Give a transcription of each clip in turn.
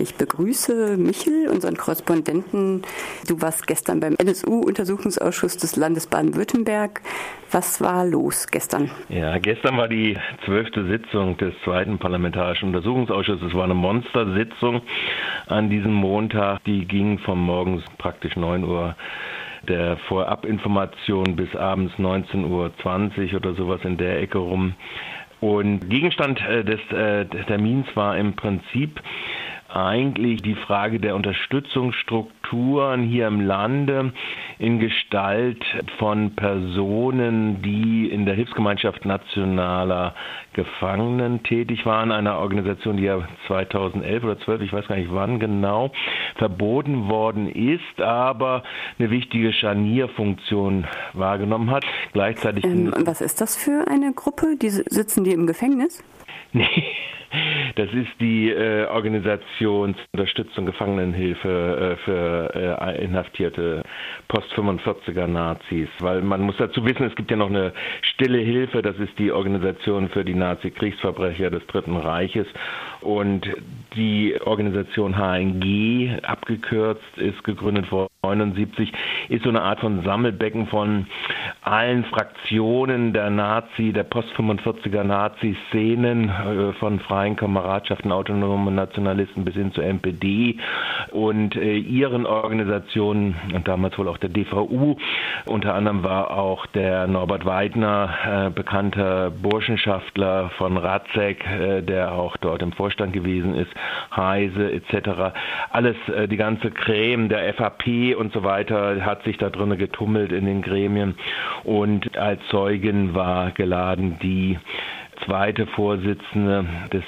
Ich begrüße Michel, unseren Korrespondenten. Du warst gestern beim NSU-Untersuchungsausschuss des Landes Baden-Württemberg. Was war los gestern? Ja, gestern war die 12. Sitzung des 2. Parlamentarischen Untersuchungsausschusses. Es war eine Monstersitzung an diesem Montag. Die ging von morgens praktisch 9 Uhr der Vorabinformation bis abends 19:20 Uhr oder sowas in der Ecke rum. Und Gegenstand des Termins war im Prinzip eigentlich die Frage der Unterstützungsstrukturen hier im Lande in Gestalt von Personen, die in der Hilfsgemeinschaft nationaler Gefangenen tätig waren, einer Organisation, die ja 2011 oder 12, ich weiß gar nicht wann genau, verboten worden ist, aber eine wichtige Scharnierfunktion wahrgenommen hat. Gleichzeitig was ist das für eine Gruppe? Sitzen die im Gefängnis? Nee. Das ist die Organisation zur Unterstützung Gefangenenhilfe für inhaftierte Post-45er Nazis. Weil man muss dazu wissen, es gibt ja noch eine Stille Hilfe, das ist die Organisation für die Nazi-Kriegsverbrecher des Dritten Reiches. Und die Organisation HNG, abgekürzt, ist gegründet worden 1979, ist so eine Art von Sammelbecken von allen Fraktionen der Post-45er Nazi-Szenen, von freien Kameradschaften, autonomen Nationalisten bis hin zur NPD und ihren Organisationen und damals wohl auch der DVU. Unter anderem war auch der Norbert Weidner, bekannter Burschenschaftler von Ratzek, der auch dort im Vorstand gewesen ist, Heise etc. Alles, die ganze Creme der FAP und so weiter hat sich da drinnen getummelt in den Gremien, und als Zeugin war geladen die zweite Vorsitzende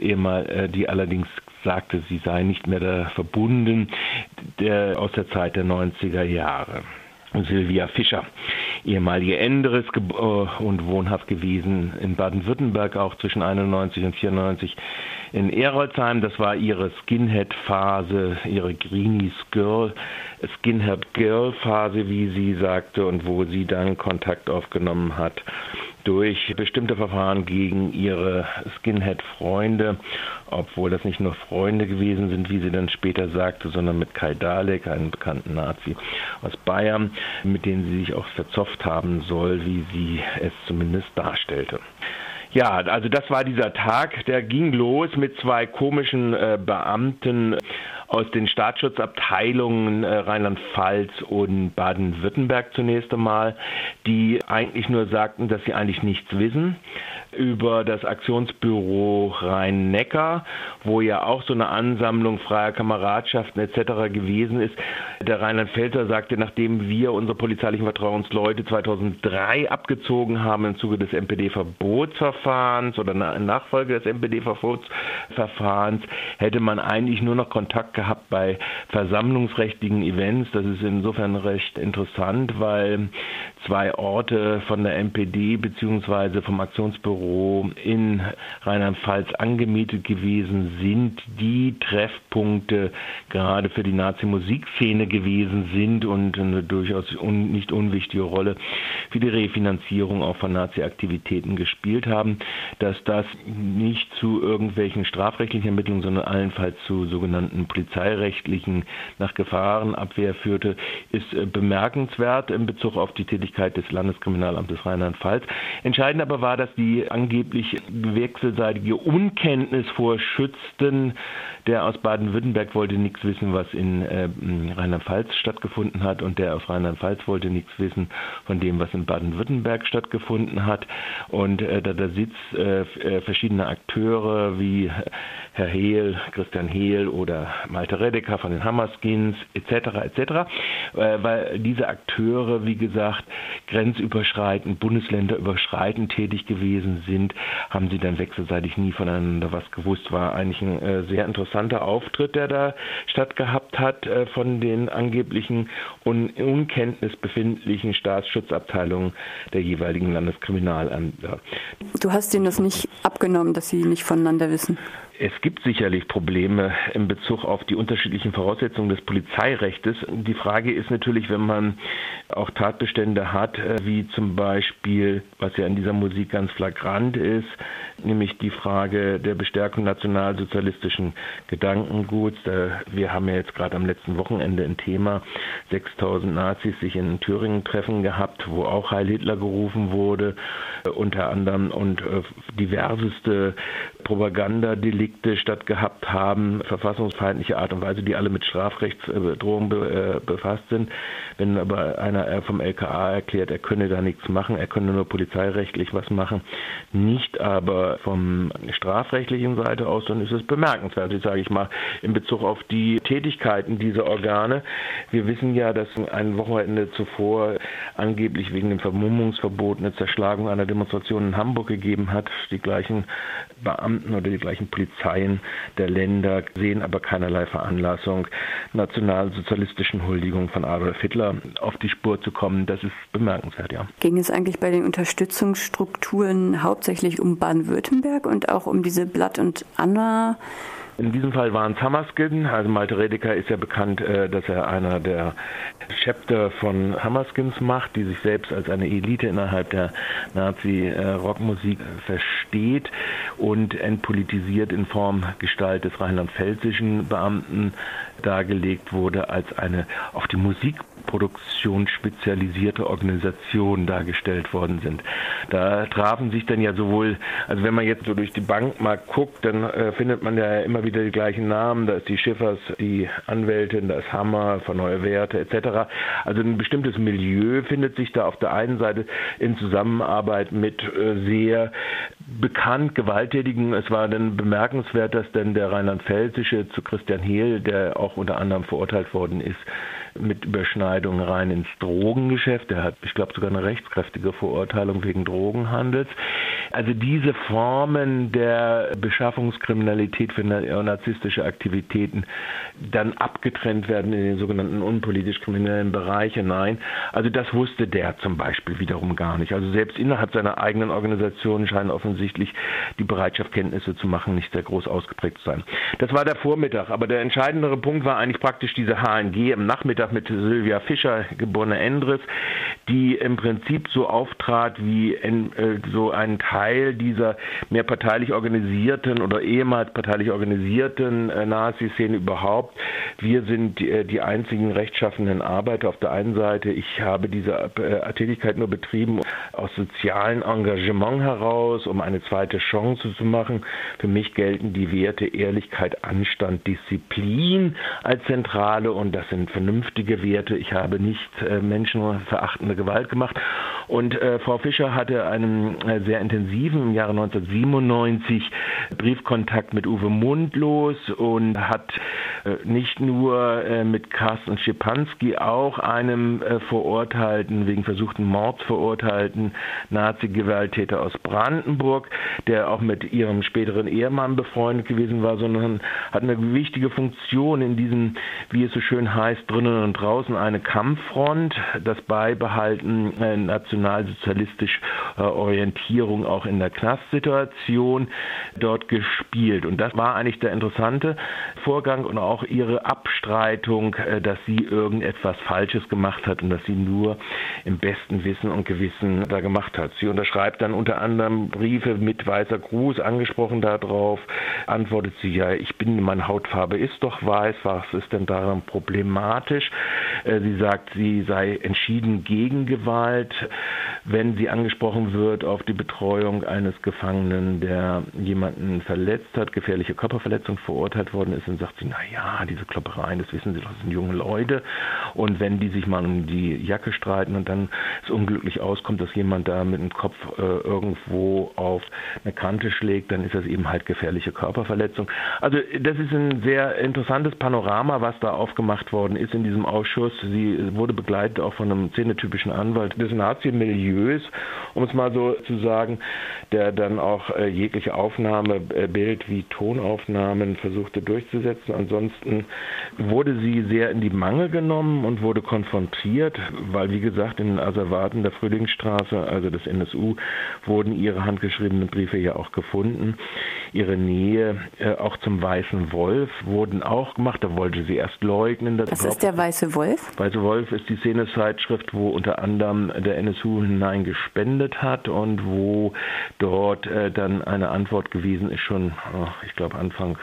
die allerdings sagte, sie sei nicht mehr da verbunden, aus der Zeit der 90er Jahre. Sylvia Fischer, ehemalige Enderes und wohnhaft gewesen in Baden-Württemberg, auch zwischen 91 und 94 in Erolzheim. Das war ihre Skinhead-Phase, ihre Skinhead-Girl-Phase, wie sie sagte, und wo sie dann Kontakt aufgenommen hat durch bestimmte Verfahren gegen ihre Skinhead-Freunde, obwohl das nicht nur Freunde gewesen sind, wie sie dann später sagte, sondern mit Kai Dalek, einem bekannten Nazi aus Bayern, mit denen sie sich auch verzopft haben soll, wie sie es zumindest darstellte. Ja, also das war dieser Tag, der ging los mit zwei komischen Beamten aus den Staatsschutzabteilungen Rheinland-Pfalz und Baden-Württemberg zunächst einmal, die eigentlich nur sagten, dass sie eigentlich nichts wissen über das Aktionsbüro Rhein-Neckar, wo ja auch so eine Ansammlung freier Kameradschaften etc. gewesen ist. Der Rheinland-Pfälzer sagte, nachdem wir unsere polizeilichen Vertrauensleute 2003 abgezogen haben im Zuge des NPD-Verbotsverfahrens oder Nachfolge des NPD-Verbotsverfahrens, hätte man eigentlich nur noch Kontakt gehabt bei versammlungsrechtlichen Events. Das ist insofern recht interessant, weil zwei Orte von der NPD bzw. vom Aktionsbüro in Rheinland-Pfalz angemietet gewesen sind, die Treffpunkte gerade für die Nazi-Musikszene gewesen sind und eine durchaus nicht unwichtige Rolle für die Refinanzierung auch von Nazi-Aktivitäten gespielt haben. Dass das nicht zu irgendwelchen strafrechtlichen Ermittlungen, sondern allenfalls zu sogenannten polizeirechtlichen nach Gefahrenabwehr führte, ist bemerkenswert in Bezug auf die Tätigkeit des Landeskriminalamtes Rheinland-Pfalz. Entscheidend aber war, dass die angeblich wechselseitige Unkenntnis vorschützten. Der aus Baden-Württemberg wollte nichts wissen, was in Rheinland-Pfalz stattgefunden hat, und der aus Rheinland-Pfalz wollte nichts wissen von dem, was in Baden-Württemberg stattgefunden hat. Und da sitzt verschiedene Akteure wie Herr Hehl, Christian Hehl oder Malte Redeker von den Hammerskins etc. Weil diese Akteure, wie gesagt, grenzüberschreitend, bundesländerüberschreitend tätig gewesen sind, haben sie dann wechselseitig nie voneinander was gewusst. War eigentlich ein sehr interessanter Auftritt, der da stattgehabt hat von den angeblichen Unkenntnis befindlichen Staatsschutzabteilungen der jeweiligen Landeskriminalämter. Du hast ihnen das nicht abgenommen, dass sie nicht voneinander wissen? Es gibt sicherlich Probleme in Bezug auf die unterschiedlichen Voraussetzungen des Polizeirechtes. Die Frage ist natürlich, wenn man auch Tatbestände hat, wie zum Beispiel, was ja in dieser Musik ganz flagrant ist, nämlich die Frage der Bestärkung nationalsozialistischen Gedankenguts. Wir haben ja jetzt gerade am letzten Wochenende ein Thema, 6.000 Nazis sich in Thüringen treffen gehabt, wo auch Heil Hitler gerufen wurde, unter anderem, und diverseste Propagandadelikte stattgehabt haben, verfassungsfeindliche Art und Weise, die alle mit Strafrechtsbedrohung befasst sind. Wenn aber einer vom LKA erklärt, er könne da nichts machen, er könne nur polizeirechtlich was machen, nicht aber vom strafrechtlichen Seite aus, dann ist es bemerkenswert, sage ich mal, in Bezug auf die Tätigkeiten dieser Organe. Wir wissen ja, dass ein Wochenende zuvor angeblich wegen dem Vermummungsverbot eine Zerschlagung einer Demonstration in Hamburg gegeben hat. Die gleichen Beamten oder die gleichen Polizeien der Länder sehen aber keinerlei Veranlassung, nationalsozialistischen Huldigungen von Adolf Hitler auf die Spur zu kommen. Das ist bemerkenswert, ja. Ging es eigentlich bei den Unterstützungsstrukturen hauptsächlich um Baden-Württemberg und auch um diese Blatt und Anna? In diesem Fall waren es Hammerskins. Also Malte Redeker ist ja bekannt, dass er einer der Chapter von Hammerskins macht, die sich selbst als eine Elite innerhalb der Nazi-Rockmusik versteht und entpolitisiert in Form Gestalt des rheinland-pfälzischen Beamten dargelegt wurde, als eine auf die Musikproduktion spezialisierte Organisation dargestellt worden sind. Da trafen sich dann ja sowohl, also wenn man jetzt so durch die Bank mal guckt, dann findet man ja immer wieder die gleichen Namen. Da ist die Schiffers, die Anwältin, da ist Hammer, von Neue Werte etc. Also ein bestimmtes Milieu findet sich da auf der einen Seite in Zusammenarbeit mit sehr bekannt Gewalttätigen. Es war dann bemerkenswert, dass dann der rheinland-pfälzische zu Christian Hehl, der auch unter anderem verurteilt worden ist, mit Überschneidung rein ins Drogengeschäft. Er hat, ich glaube, sogar eine rechtskräftige Verurteilung wegen Drogenhandels. Also diese Formen der Beschaffungskriminalität für neonazistische Aktivitäten dann abgetrennt werden in den sogenannten unpolitisch kriminellen Bereich hinein. Also das wusste der zum Beispiel wiederum gar nicht. Also selbst innerhalb seiner eigenen Organisation scheint offensichtlich die Bereitschaft, Kenntnisse zu machen, nicht sehr groß ausgeprägt zu sein. Das war der Vormittag, aber der entscheidendere Punkt war eigentlich praktisch diese HNG im Nachmittag mit Sylvia Fischer, geborene Endres, die im Prinzip so auftrat wie so ein Teil dieser mehr parteilich organisierten oder ehemals parteilich organisierten Nazi-Szene überhaupt. Wir sind die einzigen rechtschaffenden Arbeiter auf der einen Seite. Ich habe diese Tätigkeit nur betrieben aus sozialem Engagement heraus, um eine zweite Chance zu machen. Für mich gelten die Werte Ehrlichkeit, Anstand, Disziplin als zentrale, und das sind vernünftige Werte. Ich habe nicht menschenverachtende Gewalt gemacht. Und Frau Fischer hatte einen sehr intensiven, im Jahre 1997, Briefkontakt mit Uwe Mundlos und hat nicht nur mit Carsten Schepanski, auch einem verurteilten, wegen versuchten Mords verurteilten Nazi-Gewalttäter aus Brandenburg, der auch mit ihrem späteren Ehemann befreundet gewesen war, sondern hat eine wichtige Funktion in diesem, wie es so schön heißt, drinnen und draußen eine Kampffront, das Beibehalten nationalsozialistischer Orientierung auch in der Knastsituation dort gespielt. Und das war eigentlich der interessante Vorgang und auch ihre Abstreitung, dass sie irgendetwas Falsches gemacht hat und dass sie nur im besten Wissen und Gewissen da gemacht hat. Sie unterschreibt dann unter anderem Briefe mit weißer Gruß, angesprochen darauf, antwortet sie, ja, meine Hautfarbe ist doch weiß, was ist denn daran problematisch? Sie sagt, sie sei entschieden gegen Gewalt, wenn sie angesprochen wird auf die Betreuung eines Gefangenen, der jemanden verletzt hat, gefährliche Körperverletzung verurteilt worden ist, dann sagt sie, naja, diese Kloppereien, das wissen Sie doch, das sind junge Leute, und wenn die sich mal um die Jacke streiten und dann es unglücklich auskommt, dass jemand da mit dem Kopf irgendwo auf eine Kante schlägt, dann ist das eben halt gefährliche Körperverletzung. Also das ist ein sehr interessantes Panorama, was da aufgemacht worden ist in diesem Ausschuss. Sie wurde begleitet auch von einem szenetypischen Anwalt des Nazi-Milieus, um es mal so zu sagen, der dann auch jegliche Aufnahme, Bild- wie Tonaufnahmen versuchte durchzusetzen. Ansonsten wurde sie sehr in die Mangel genommen, kam und wurde konfrontiert, weil, wie gesagt, in den Asservaten der Frühlingsstraße, also des NSU, wurden ihre handgeschriebenen Briefe ja auch gefunden. Ihre Nähe auch zum Weißen Wolf wurden auch gemacht. Da wollte sie erst leugnen. Was ist der Weiße Wolf? Weiße Wolf ist die Szenezeitschrift, wo unter anderem der NSU hinein gespendet hat und wo dort dann eine Antwort gewesen ist, schon, ich glaube, Anfang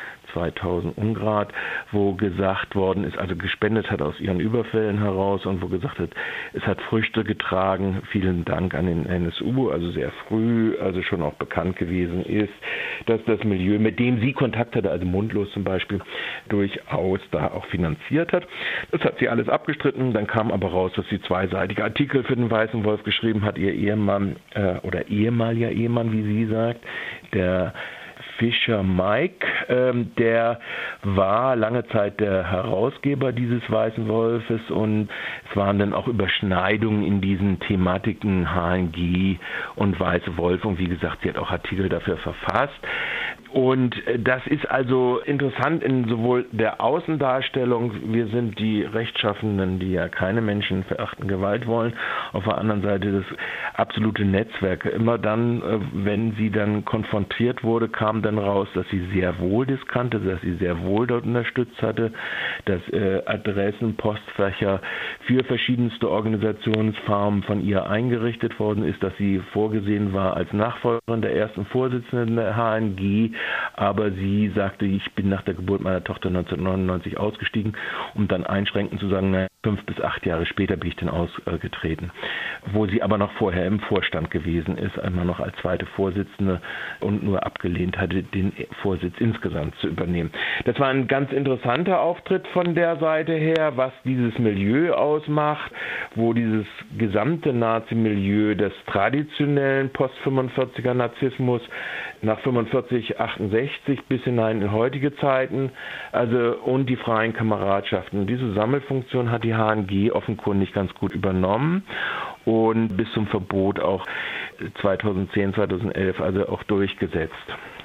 2000 Ungrad, wo gesagt worden ist, also gespendet hat aus ihren Überfällen heraus und wo gesagt hat, es hat Früchte getragen, vielen Dank an den NSU, also sehr früh, also schon auch bekannt gewesen ist, dass das Milieu, mit dem sie Kontakt hatte, also Mundlos zum Beispiel, durchaus da auch finanziert hat. Das hat sie alles abgestritten, dann kam aber raus, dass sie zweiseitige Artikel für den Weißen Wolf geschrieben hat, ihr Ehemann oder ehemaliger Ehemann, wie sie sagt, der Fischer Mike, der war lange Zeit der Herausgeber dieses Weißen Wolfes und es waren dann auch Überschneidungen in diesen Thematiken HNG und Weiße Wolf und wie gesagt, sie hat auch Artikel dafür verfasst. Und das ist also interessant in sowohl der Außendarstellung, wir sind die Rechtschaffenden, die ja keine menschenverachtende Gewalt wollen, auf der anderen Seite das absolute Netzwerk. Immer dann, wenn sie dann konfrontiert wurde, kam dann raus, dass sie sehr wohl das kannte, dass sie sehr wohl dort unterstützt hatte, dass Adressen, Postfächer für verschiedenste Organisationsformen von ihr eingerichtet worden ist, dass sie vorgesehen war als Nachfolgerin der ersten Vorsitzenden der HNG, aber sie sagte, ich bin nach der Geburt meiner Tochter 1999 ausgestiegen, um dann einschränkend zu sagen, 5 bis 8 Jahre später bin ich dann ausgetreten. Wo sie aber noch vorher im Vorstand gewesen ist, einmal noch als zweite Vorsitzende und nur abgelehnt hatte, den Vorsitz insgesamt zu übernehmen. Das war ein ganz interessanter Auftritt von der Seite her, was dieses Milieu ausmacht, wo dieses gesamte Nazi-Milieu des traditionellen Post-45er Nazismus nach 45, 68 bis hinein in heutige Zeiten, also und die freien Kameradschaften. Diese Sammelfunktion hat die HNG offenkundig ganz gut übernommen und bis zum Verbot auch 2010, 2011 also auch durchgesetzt.